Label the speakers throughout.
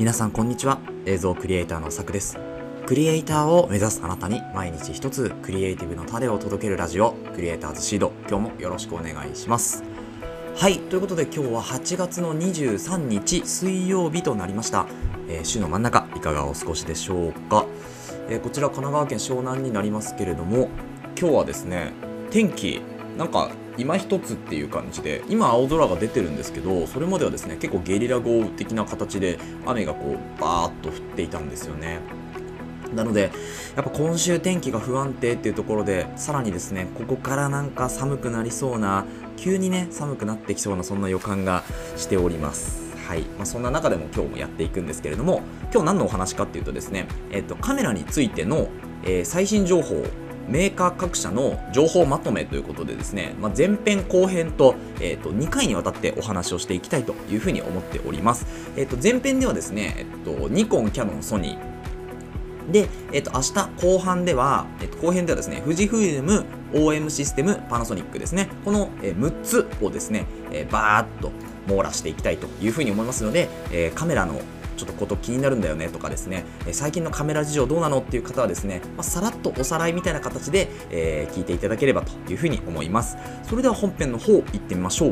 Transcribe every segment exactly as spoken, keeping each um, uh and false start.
Speaker 1: 皆さんこんにちは。映像クリエイターのさくです。クリエイターを目指すあなたに毎日一つクリエイティブの種を届けるラジオ、クリエイターズシード。今日もよろしくお願いします。はい、ということで今日ははちがつのにじゅうさんにち水曜日となりました。えー、週の真ん中いかがお過ごしでしょうか。えー、こちら神奈川県湘南になりますけれども、今日はですね、天気なんか今一つっていう感じで、今青空が出てるんですけど、それまではですね結構ゲリラ豪雨的な形で雨がこうバーッと降っていたんですよね。なのでやっぱ今週天気が不安定っていうところで、さらにですねここからなんか寒くなりそうな、急にね寒くなってきそうな、そんな予感がしております。はい、まあ、そんな中でも今日もやっていくんですけれども、今日何のお話かっていうとですね、えっと、カメラについての、えー、最新情報、メーカー各社の情報まとめということでですね、まあ、前編後編と、えー、とにかいにわたってお話をしていきたいというふうに思っております。えー、と前編ではですね、えー、とニコン、キヤノン、ソニーで、えー、と明日後半では、えー、と後編ではですね、富士フイルム、オーエム システム、パナソニックですね、この、えー、むっつをですね、えー、バーっと網羅していきたいというふうに思いますので、えー、カメラのちょっとこと気になるんだよねとかですね、えー、最近のカメラ事情どうなのっていう方はですね、まあ、さらっとおさらいみたいな形で、えー、聞いていただければというふうに思います。それでは本編の方行ってみましょう。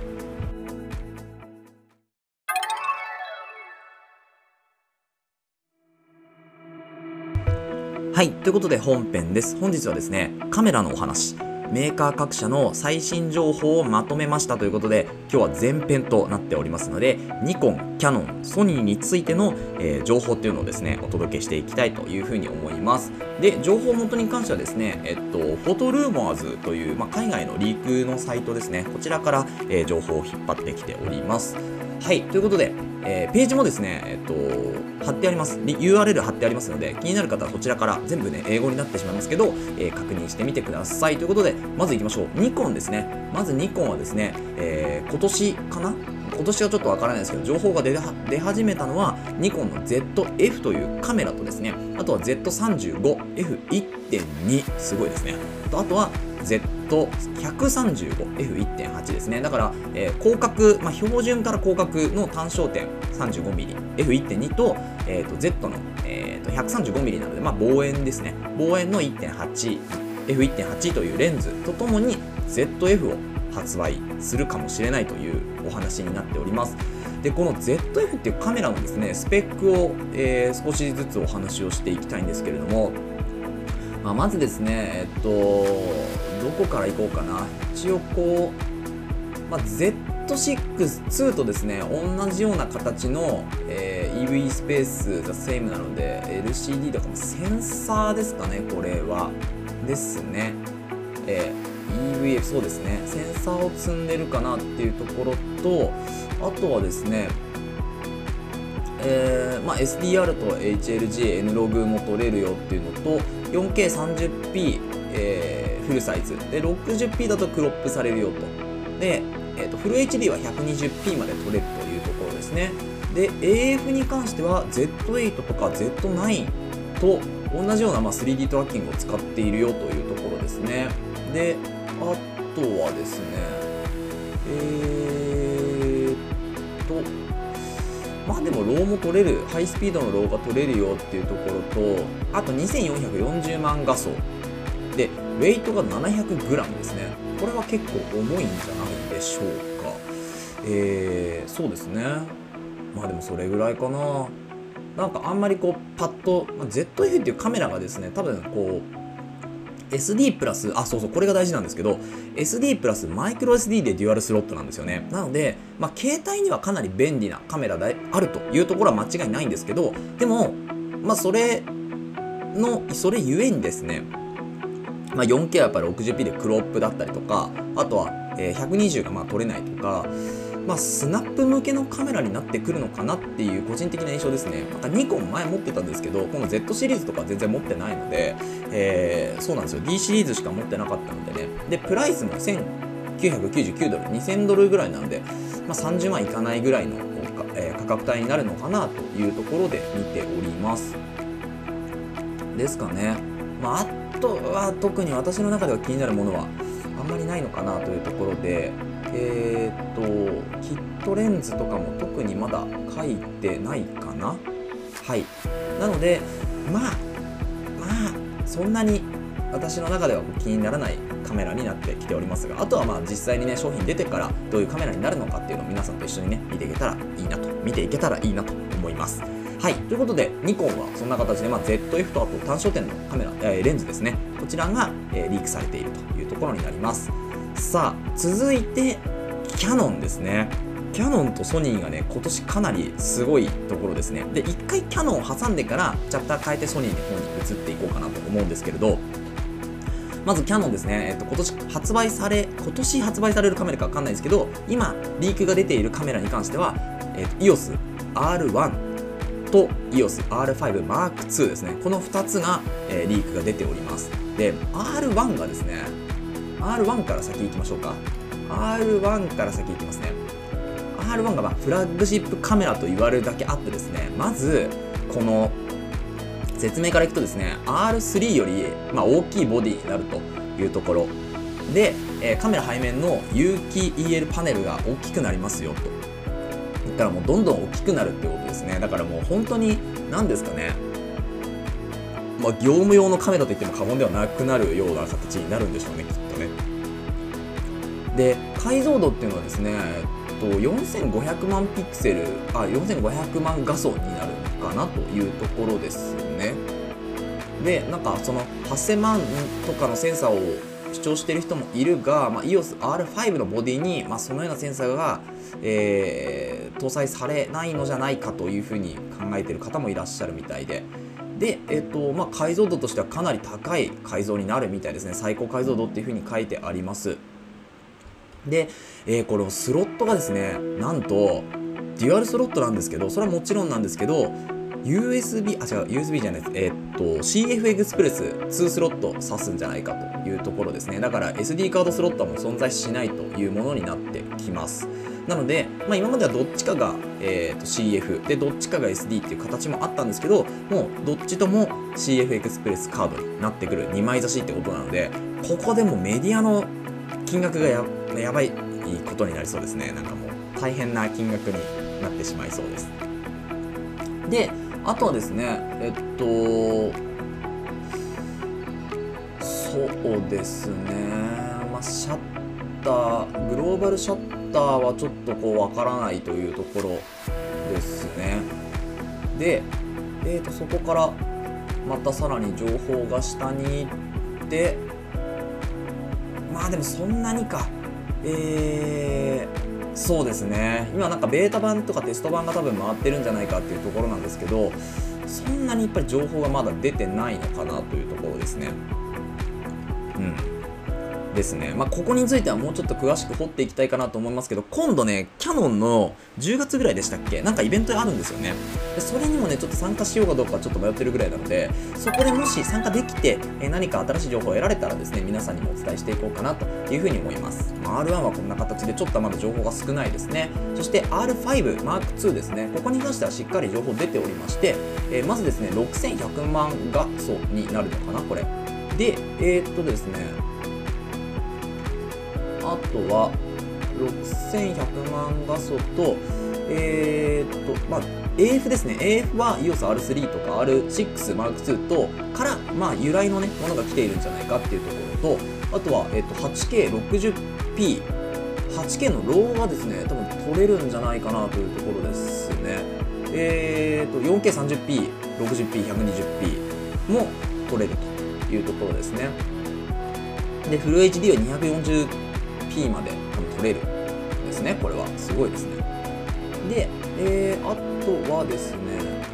Speaker 1: はい、ということで本編です。本日はですね、カメラのお話、メーカー各社の最新情報をまとめましたということで、今日は前編となっておりますので、ニコン、キヤノン、ソニーについての、えー、情報っていうのをですねお届けしていきたいというふうに思います。で、情報元に関してはですね、えっと、フォトルーモアーズという、まあ、海外のリークのサイトですね、こちらから、えー、情報を引っ張ってきております。はい、ということで、えー、ページもですね、えっと、貼ってあります。ユーアールエル 貼ってありますので、気になる方はそちらから全部ね、英語になってしまいますけど、えー、確認してみてください。ということで、まず行きましょう。ニコンですね。まずニコンはですね、えー、今年かな今年はちょっとわからないですけど、情報が出出始めたのは、ニコンの ゼットエフ というカメラとですね、あとは ゼットさんじゅうごエフいってんに、すごいですね。とあとは、ゼットひゃくさんじゅうごエフいってんはち ですね。だから、えー、広角、まあ、標準から広角の単焦点 さんじゅうごミリ、エフいってんに と、えー、と Z の、えー、と ひゃくさんじゅうごミリ なので、まあ、望遠ですね。望遠の いってんはち、エフいってんはち というレンズとともに ゼットエフ を発売するかもしれないというお話になっております。で、この ゼットエフ っていうカメラのですね、スペックを、えー、少しずつお話をしていきたいんですけれども、まあ、まずですね、えっと、どこから行こうかな。一応こう、まあ、ゼットシックスツー とですね、同じような形の、えー、イーブイ スペースがセームなので、エルシーディー とかもセンサーですかね、これは。ですね。えー、イーブイエフ、そうですね。センサーを積んでるかなっていうところと、あとはですね、えーまあ、エスディーアール と エイチエルジー、N ログも撮れるよっていうのと、よんケーさんじゅっピー、えー、フルサイズで ろくじゅっピー だとクロップされるよと。で、えー、とフル エイチディー は ひゃくにじゅっピー まで撮れるというところですね。で エーエフ に関しては ゼットエイト とか ゼットナイン と同じような、まあ、スリーディー トラッキングを使っているよというところですね。で、あとはですね、えーっとまあでもローも取れる、ハイスピードのローが取れるよっていうところと、あとにせんよんひゃくよんじゅうまん画素で、ウェイトが ななひゃくグラム ですね。これは結構重いんじゃないでしょうか。えー、そうですね。まあでもそれぐらいかな。なんかあんまりこうパッと、まあ、ゼットエフ っていうカメラがですね、多分こうエスディー プラス、あ、そうそう、これが大事なんですけど、エスディー プラスマイクロ エスディー でデュアルスロットなんですよね。なので、まあ、携帯にはかなり便利なカメラであるというところは間違いないんですけど、でも、まあ、それの、それゆえにですね、まあ、よんケー はやっぱり ろくじゅっピー でクロップだったりとか、あとは、えー、ひゃくにじゅうがまあ撮れないとか、まあ、スナップ向けのカメラになってくるのかなっていう個人的な印象ですね。なんかニコン前持ってたんですけど、この Z シリーズとか全然持ってないので、えー、そうなんですよ。D シリーズしか持ってなかったのでね。で、プライスもせんきゅうひゃくきゅうじゅうきゅうドル、にせんドルぐらいなので、まあ、さんじゅうまんいかないぐらいの、えー、価格帯になるのかなというところで見ております。ですかね。まあ、あとは特に私の中では気になるものはあんまりないのかなというところで、えー、っとキットレンズとかも特にまだ書いてないかな。はい。なので、まあ、まあ、そんなに私の中では気にならないカメラになってきておりますが、あとはまあ実際にね、商品出てからどういうカメラになるのかっていうのを皆さんと一緒にね、見ていけたらいいなと、見ていけたらいいなと思います。はい。ということで、ニコンはそんな形で、まあ、ゼットエフ とあと単焦点のカメラ、えー、レンズですね。こちらが、えー、リークされているというところになります。さあ、続いて、キヤノンですね。キヤノンとソニーがね、今年かなりすごいところですね。で、一回キヤノンを挟んでから、チャプター変えてソニーの方に移っていこうかなと思うんですけれど、まずキヤノンですね、えっと、今年発売され、今年発売されるカメラかわかんないですけど、今、リークが出ているカメラに関しては、えっと、イオス アールワン と イオス アールファイブ マークツー ですね。このふたつが、えー、リークが出ております。で、アールワン がですね、アールワン から先行きましょうか。アールワン から先行きますね。アールワン がまあフラッグシップカメラと言われるだけあってですね、まず、この、説明からいくとですね、アールスリー より、まあ、大きいボディになるというところで、えー、カメラ背面の有機 イーエル パネルが大きくなりますよと。だからもうどんどん大きくなるってことですね。だからもう本当に何ですかね、まあ、業務用のカメラといっても過言ではなくなるような形になるんでしょうね、きっとね。で、解像度っていうのはですね、えっと、よんせんごひゃくまんピクセル、あ、よんせんごひゃくまん画素になるのかなというところですね。で、なんかそのはっせんまんとかのセンサーを主張している人もいるが、まあ、イオス アールファイブ のボディに、まあ、そのようなセンサーが、えー、搭載されないのじゃないかというふうに考えている方もいらっしゃるみたいで。で、えっと、まあ、解像度としてはかなり高い解像になるみたいですね。最高解像度っていうふうに書いてあります。で、えー、これスロットがですね、なんと、デュアルスロットなんですけど、それはもちろんなんですけど、ユーエスビー、あ、違う、ユーエスビー じゃないです。えー、っと、シーエフ エクスプレスにスロット指すんじゃないかというところですね。だから エスディー カードスロットはもう存在しないというものになってきます。なので、まあ、今まではどっちかが、えー、と シーエフ で、どっちかが エスディー っていう形もあったんですけど、もうどっちとも シーエフ エクスプレスカードになってくるにまい差しってことなので、ここでもメディアの金額が や, やばいことになりそうですね。なんかもう大変な金額になってしまいそうです。で、あとはですね、えっと、そうですね、まあ、シャッター、グローバルシャッターはちょっとこうわからないというところですね。で、えーと、そこからまたさらに情報が下に行って、まあでもそんなにか、えー、そうですね、今なんかベータ版とかテスト版が多分回ってるんじゃないかっていうところなんですけど、そんなにやっぱり情報がまだ出てないのかなというところですね。うんですね。まあ、ここについてはもうちょっと詳しく掘っていきたいかなと思いますけど、今度ね、キヤノンのじゅうがつぐらいでしたっけ、なんかイベントあるんですよね。でそれにもね、ちょっと参加しようかどうかちょっと迷ってるぐらいなので、そこでもし参加できて、え何か新しい情報を得られたらですね、皆さんにもお伝えしていこうかなというふうに思います。まあ、アールワン はこんな形でちょっとまだ情報が少ないですね。そして アールファイブ マークツー ですね。ここに関してはしっかり情報出ておりまして、えー、まずですね、ろくせんひゃくまん画素になるのかな、これ。で、えー、っとですね、あとはろくせんひゃくまん画素と、えー、っと、まあ、エーエフ ですね。エーエフ は イオス アールスリー とか アールシックスマークツー とから、まあ、由来のね、ものが来ているんじゃないかっていうところと、あとは、えー、っと、はちケーろくじゅっピー、はちケー のローがですね、多分撮れるんじゃないかなというところですね。えー、っと、よんケーさんじゅっピー、ろくじゅっピー、ひゃくにじゅっピー も撮れるというところですね。で、フル エイチディー はにひゃくよんじゅうピー まで撮れるんですね。これはすごいですね。で、えー、あとはですね、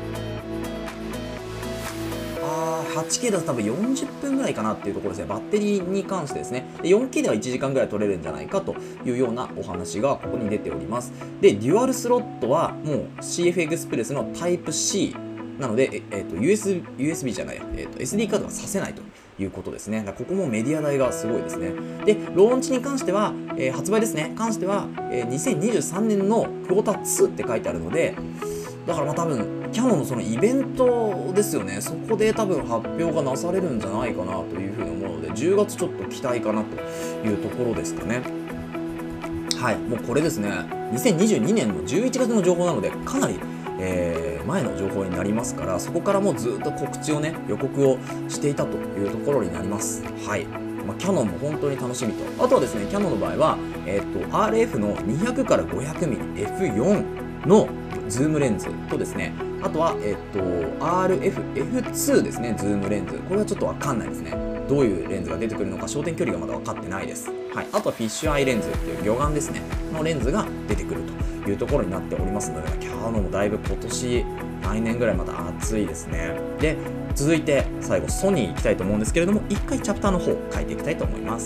Speaker 1: あー はちケー だと多分よんじゅっぷんぐらいかなっていうところですね。バッテリーに関してですね。で よんケー ではいちじかんぐらい撮れるんじゃないかというようなお話がここに出ております。で、デュアルスロットはもう シーエフ エクスプレスのタイプ シー なので、ええー、と ユーエスビー、ユーエスビー じゃない、えー、と エスディー カードがさせないということですね。だからここもメディア代がすごいですね。で、ローンチに関しては、えー、発売ですね、関しては、えー、にせんにじゅうさんねんのクォーターツーって書いてあるので、だからまあ多分、キヤノンのそのイベントですよね、そこで多分発表がなされるんじゃないかなというふうに思うので、じゅうがつちょっと期待かなというところですかね。 はい、もうこれですね、にせんにじゅうにねんのじゅういちがつの情報なので、かなり、えー、前の情報になりますから、そこからもうずっと告知をね、予告をしていたというところになります。はい。まあ、キヤノンも本当に楽しみと。あとはですね、キヤノンの場合は、えっと、アールエフ のにひゃくからごひゃくミリエフよん のズームレンズとですね、あとは、えっと、アールエフエフツー ですね、ズームレンズ。これはちょっとわかんないですね。どういうレンズが出てくるのか、焦点距離がまだ分かってないです。はい。あとはフィッシュアイレンズっていう魚眼ですね、のレンズが出てくるというところになっておりますので、キヤノンもだいぶ今年、来年ぐらいまた暑いですね。で、続いて最後ソニー行きたいと思うんですけれども、一回チャプターの方書いていきたいと思います。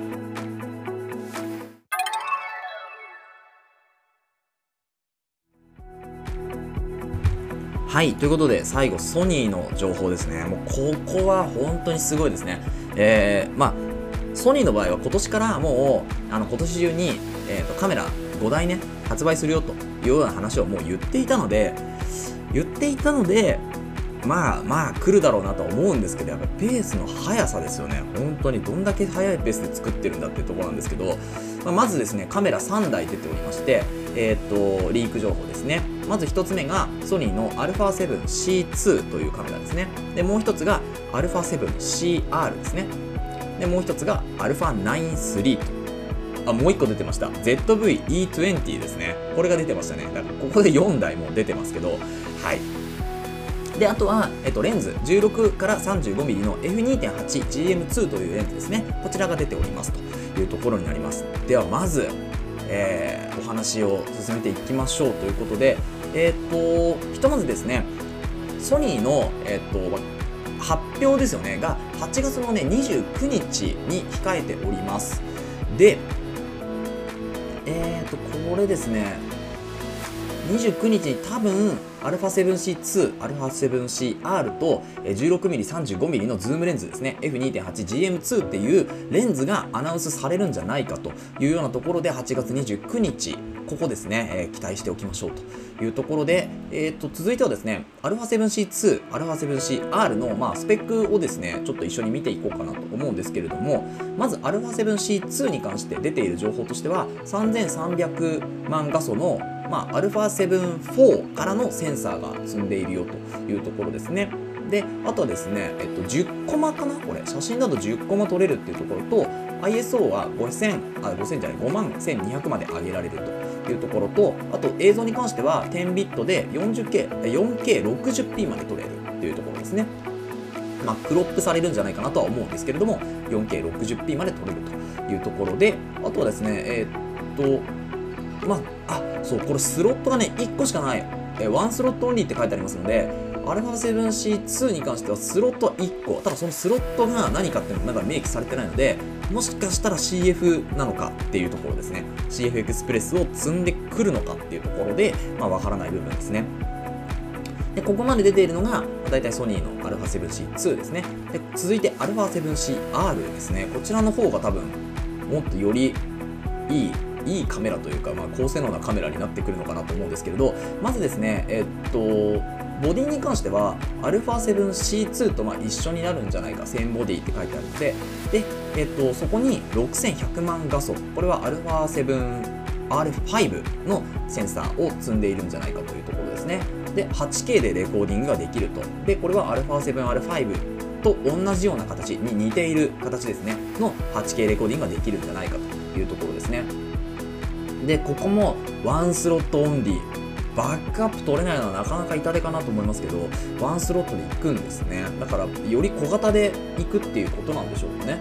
Speaker 1: はい、ということで最後ソニーの情報ですね。もうここは本当にすごいですね。えー、まあソニーの場合は今年からもうあの今年中に、えー、とカメラごだいね発売するよというような話をもう言っていたので言っていたのでまあまあ来るだろうなとは思うんですけど、やっぱペースの速さですよね。本当にどんだけ速いペースで作ってるんだっていうところなんですけど、まあ、まずですねカメラさんだい出ておりまして、えっとリーク情報ですね。まずひとつめがソニーの アルファセブンシーツー というカメラですね。でもうひとつが アルファセブンシーアール ですね。でもうひとつが アルファナインスリー と、あ、もういっこ出てました ゼットブイイートゥエンティー ですね。これが出てましたね。だからここでよんだいも出てますけど、はい。で、あとは、えっと、レンズじゅうろくから さんじゅうごミリ の エフにてんはちジーエムツー というレンズですね。こちらが出ておりますというところになります。ではまず、えー、お話を進めていきましょうということで、えー、っとひとまずですね、ソニーの、えー、っと発表ですよねがはちがつの、ね、にじゅうくにちに控えております。で、えー、っとこれですね、にじゅうくにちに多分 アルファセブンシーツー、アルファセブンシーアール と じゅうろくミリ、さんじゅうごミリ のズームレンズですね エフにてんはちジーエムツー っていうレンズがアナウンスされるんじゃないかというようなところで、はちがつにじゅうくにちここですね、えー、期待しておきましょうというところで、えー、と続いてはですね アルファセブンシーツー、アルファセブンシーアール の、まあ、スペックをですねちょっと一緒に見ていこうかなと思うんですけれども、まず アルファセブンシーツー に関して出ている情報としてはさんぜんさんびゃくまん画素のまあ、アルファセブンフォー からのセンサーが積んでいるよというところですね。で、あとはですね、えっと、じゅっコマかな、これ写真だとじゅっコマ撮れるっていうところと アイエスオー はごせん、あ、ごせんじゃないごまんせんにひゃくまで上げられるというところと、あと映像に関してはじゅうビットで よんじゅうケー、よんケーろくじゅうピー まで撮れるっていうところですね。まあ、クロップされるんじゃないかなとは思うんですけれども よんケーろくじゅうピー まで撮れるというところで、あとはですね、えー、っとまあ、あ、そう、これスロットがね、いっこしかない。え、ワンスロットオンリーって書いてありますので、アルファセブンシーツー に関してはスロットはいっこ。ただそのスロットが何かっていうのがまだ明記されてないので、もしかしたら シーエフ なのかっていうところですね。シーエフ エクスプレスを積んでくるのかっていうところで、まあ、わからない部分ですね。で、ここまで出ているのが、だいたいソニーの アルファセブンシーツー ですね。で、続いて アルファセブンシーアール ですね。こちらの方が多分、もっとよりいい、いいカメラというか、まあ、高性能なカメラになってくるのかなと思うんですけれど、まずですね、えっと、ボディに関しては アルファセブンシーツー とまあ一緒になるんじゃないか、センボディって書いてあるので、で、えっと、そこにろくせんひゃくまん画素、これは アルファセブンアールファイブ のセンサーを積んでいるんじゃないかというところですね。で、はちケー でレコーディングができると。で、これは アルファセブンアールファイブ と同じような形に似ている形ですね、の はちケー レコーディングができるんじゃないかというところですね。で、ここもワンスロットオンリー、バックアップ取れないのはなかなか痛手かなと思いますけど、ワンスロットで行くんですね。だからより小型で行くっていうことなんでしょうかね。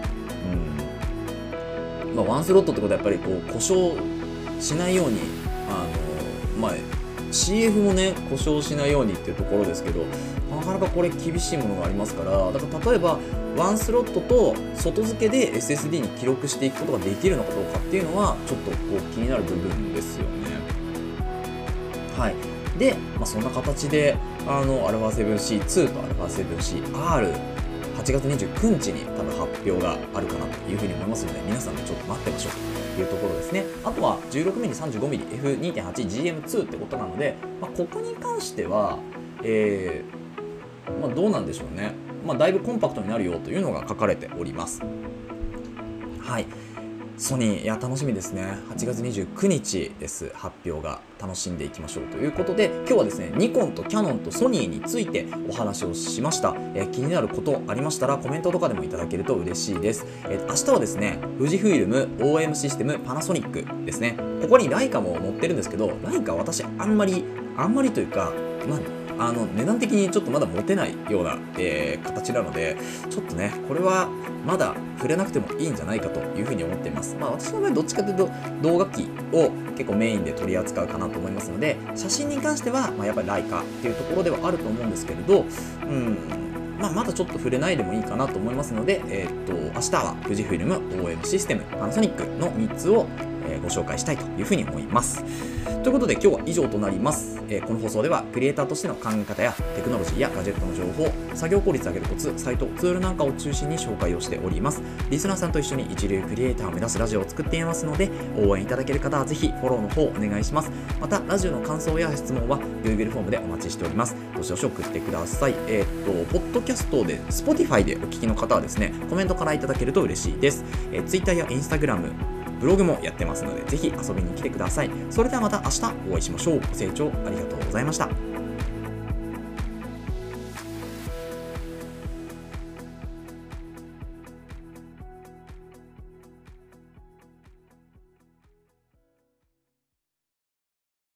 Speaker 1: うん、まあ、ワンスロットってことはやっぱりこう故障しないように、あのまあ シーエフ もね故障しないようにっていうところですけど、なかなかこれ厳しいものがありますから、だから例えばワンスロットと外付けで エスエスディー に記録していくことができるのかどうかっていうのはちょっとこう気になる部分ですよね。はい。で、まあ、そんな形であの アルファセブンシーツー と アルファセブンシーアール、はちがつにじゅうくにちに多分発表があるかなというふうに思いますので、皆さんもちょっと待ってましょうというところですね。あとは じゅうろくミリ、さんじゅうごミリ、エフにてんはちジーエムツー ってことなので、まあ、ここに関しては、えーまあ、どうなんでしょうね。まあ、だいぶコンパクトになるよというのが書かれております。はい。 ソニー、いや楽しみですね。はちがつにじゅうくにちです、発表が。楽しんでいきましょうということで、今日はですねニコンとキヤノンとソニーについてお話をしました。えー、気になることありましたらコメントとかでもいただけると嬉しいです。えー、明日はですね富士フイルム、 オーエム システム、パナソニックですね。ここにライカも載ってるんですけど、ライカ私あんまりあんまりというか、まああの値段的にちょっとまだ持てないような、えー、形なので、ちょっとねこれはまだ触れなくてもいいんじゃないかというふうに思っています。まあ私の場合どっちかというと同楽器を結構メインで取り扱うかなと思いますので、写真に関しては、まあ、やっぱりライカっていうところではあると思うんですけれど、うんまあ、まだちょっと触れないでもいいかなと思いますので、えー、っと明日は富士フイルム、オーエム システム、パナソニックのみっつをえーご紹介したいというふうに思います。ということで今日は以上となります。えーこの放送ではクリエイターとしての考え方やテクノロジーやガジェットの情報、作業効率を上げるコツ、サイト、ツールなんかを中心に紹介をしております。リスナーさんと一緒に一流クリエイターを目指すラジオを作っていますので、応援いただける方はぜひフォローの方お願いします。またラジオの感想や質問は Google フォームでお待ちしております。どしどし送ってください。えーっとポッドキャストで Spotify でお聞きの方はですね、コメントからいただけると嬉しいです。えー、Twitter や Instagram、ブログもやってますので、ぜひ遊びに来てください。それではまた明日お会いしましょう。ご清聴ありがとうございました。